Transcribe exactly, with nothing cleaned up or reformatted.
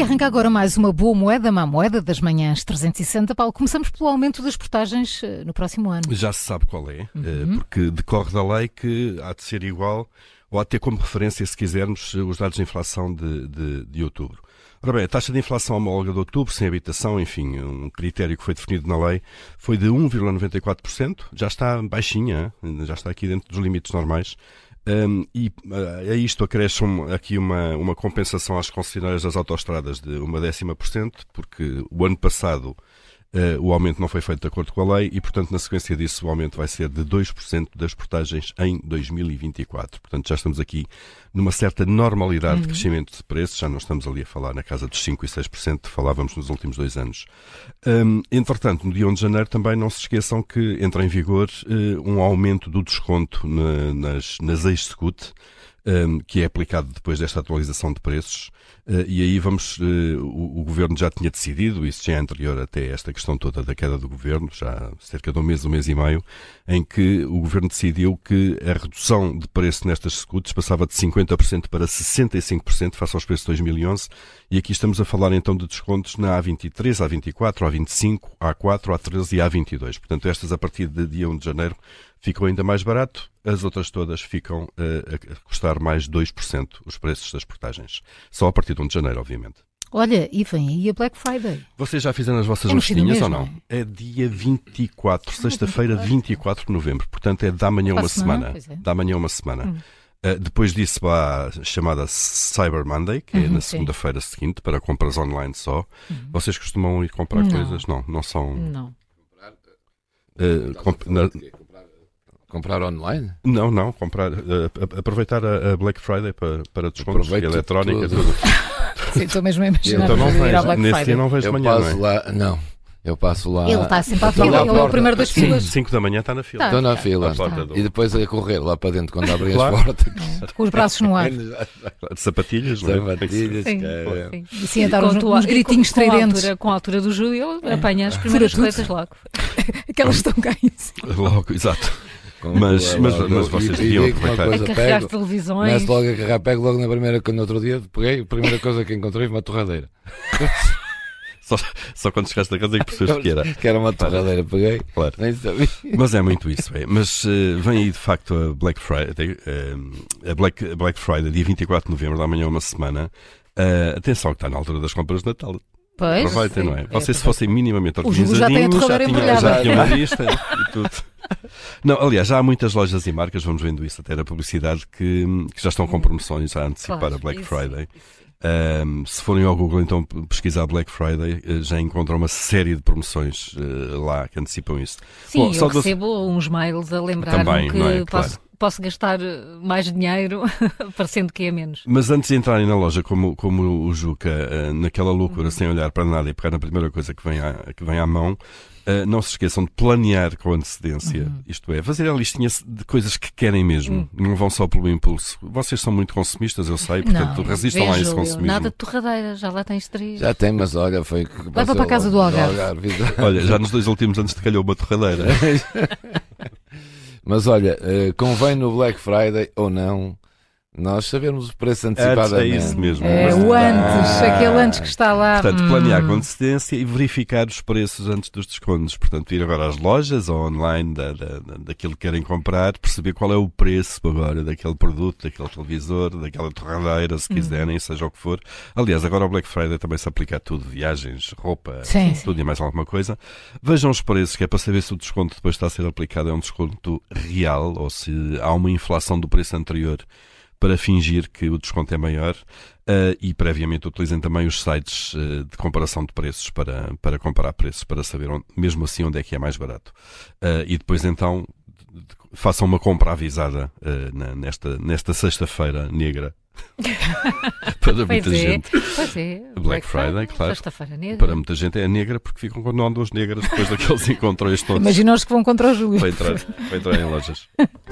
arranca agora mais uma boa moeda, má moeda das manhãs trezentos e sessenta. Paulo, começamos pelo aumento das portagens no próximo ano. Já se sabe qual é, Uhum. porque decorre da lei que há de ser igual, ou há de ter como referência, se quisermos, os dados de inflação de, de, de outubro. Ora bem, a taxa de inflação homóloga de outubro, sem habitação, enfim, um critério que foi definido na lei, foi de um vírgula noventa e quatro por cento, já está baixinha, já está aqui dentro dos limites normais. Um, e uh, a isto acresce um, aqui uma, uma compensação às concessionárias das autoestradas de uma décima por cento, porque o ano passado uh, o aumento não foi feito de acordo com a lei e, portanto, na sequência disso o aumento vai ser de dois por cento das portagens em dois mil e vinte e quatro. Portanto, já estamos aqui numa certa normalidade uhum. de crescimento de preços, já não estamos ali a falar na casa dos cinco por cento e seis por cento, falávamos nos últimos dois anos. Um, entretanto, no dia um de janeiro também não se esqueçam que entra em vigor uh, um aumento do desconto na, nas, nas ex-scut, um, que é aplicado depois desta atualização de preços, uh, e aí vamos, uh, o, o Governo já tinha decidido, isso já é anterior até esta questão toda da queda do Governo, já há cerca de um mês, um mês e meio, em que o Governo decidiu que a redução de preço nestas scuts passava de cinquenta por cento para sessenta e cinco por cento face aos preços de dois mil e onze, e aqui estamos a falar então de descontos na A vinte e três, A vinte e quatro, A vinte e cinco, A quatro, A treze e A vinte e dois. Portanto, estas a partir de dia um de janeiro ficam ainda mais barato, as outras todas ficam uh, a custar mais dois por cento os preços das portagens. Só a partir de um de janeiro, obviamente. Olha, e vem aí a Black Friday. Vocês já fizeram as vossas é listinhas ou não? É dia vinte e quatro, sexta-feira, vinte e quatro de novembro. Portanto, é da manhã uma semana. semana. É. Da manhã uma semana. Hum. Uh, depois disso vai a chamada Cyber Monday, que Uhum, é na sim. segunda-feira seguinte, para compras online só. Uhum. Vocês costumam ir comprar Não. coisas? Não, não são... Não. Uh, comp- na- Comprar online? Não, não, comprar, uh, aproveitar a, a Black Friday para, para descontos, Aproveito eletrónica, tudo. tudo. Sim, estou mesmo a imaginar Então não ir vejo, ao Black nesse Friday. dia não vejo de Eu manhã, passo não é? lá, não, eu passo lá. Ele está sempre à Estou fila, lá à ele é o porta. primeiro das filas. cinco da manhã está na fila. Tá. Estou na fila. À porta do- E depois a correr lá para dentro quando abrem Claro. as portas. Com os braços no ar. De sapatilhas, não é? Sapatilhas, Sim, cara. sim. E sim, a dar Com uns, tua- uns gritinhos e com, com a estridentes. altura, com a altura do Júlio, apanha as primeiras Fura tudo. coletas logo. Aquelas estão cá em cima. Logo, exato. Com- Mas- lá, mas- lá, mas e- vocês e deviam digo uma aproveitar. A coisa, carregar pego, televisões. começo logo a carregar, pego logo na primeira que no outro dia peguei, a primeira coisa que encontrei foi uma torradeira. Só, só quando chegaste a casa é que percebeste que era. Que era uma torradeira, peguei, Claro. nem sabia. Mas é muito isso, é. Mas uh, vem aí de facto a Black Friday, uh, a Black, a Black Friday, dia vinte e quatro de novembro, da manhã uma semana. Uh, atenção que está na altura das compras de Natal. Pois. Aproveitem, sim. não é? É, Vocês se pois. fossem minimamente O Júlio já tem a organizadinhos, já torradeira tinham, já embrulhada. tinham uma lista e tudo. Não, aliás, já há muitas lojas e marcas, vamos vendo isso até na publicidade, que, que já estão com promoções a antecipar Claro, a Black isso, Friday. isso. Um, se forem ao Google, então pesquisar Black Friday, uh, já encontram uma série de promoções uh, lá que antecipam isso. Sim, Bom, eu só do- recebo uns mails a lembrar-me Também, que não é? posso, Claro. posso gastar mais dinheiro, parecendo que é menos. Mas antes de entrarem na loja, como, como o Juca, uh, naquela loucura, sem olhar para nada e pegar na primeira coisa que vem à, que vem à mão, uh, não se esqueçam de planear com antecedência. Uhum. Isto é, fazer a listinha de coisas que querem mesmo. Uhum. Não vão só pelo impulso. Vocês são muito consumistas, eu sei, portanto Não, resistam Vê, lá a esse Júlio, consumismo. nada de torradeira, já lá tens três. Já tem, mas olha, foi... que passou para a casa do lá- Algarve. Olha, já nos dois últimos anos te calhou uma torradeira. Mas olha, eh, convém no Black Friday ou não, nós sabermos o preço antecipadamente. É isso mesmo. É, Mas- o antes, Ah. aquele antes que está lá. Portanto, hum. planear com antecedência e verificar os preços antes dos descontos. Portanto, ir agora às lojas ou online da, da, da- daquilo que querem comprar, perceber qual é o preço agora daquele produto, daquele televisor, daquela torradeira, se quiserem, seja o que for. Aliás, agora o Black Friday também se aplica a tudo, viagens, roupa, Sim, tudo e mais alguma coisa. Vejam os preços, que é para saber se o desconto depois está a ser aplicado é um desconto real ou se há uma inflação do preço anterior para fingir que o desconto é maior, uh, e previamente utilizem também os sites uh, de comparação de preços para, para comparar preços, para saber onde, mesmo assim onde é que é mais barato. Uh, e depois então façam uma compra avisada uh, na, nesta, nesta sexta-feira negra. Para muita Pois é, gente. pois é. Black Friday, claro. Sexta-feira negra. Para muita gente é negra porque ficam quando não há duas negras depois daqueles encontrões todos Imagina os que vão contra o Júlio. para entrar, para entrar em lojas.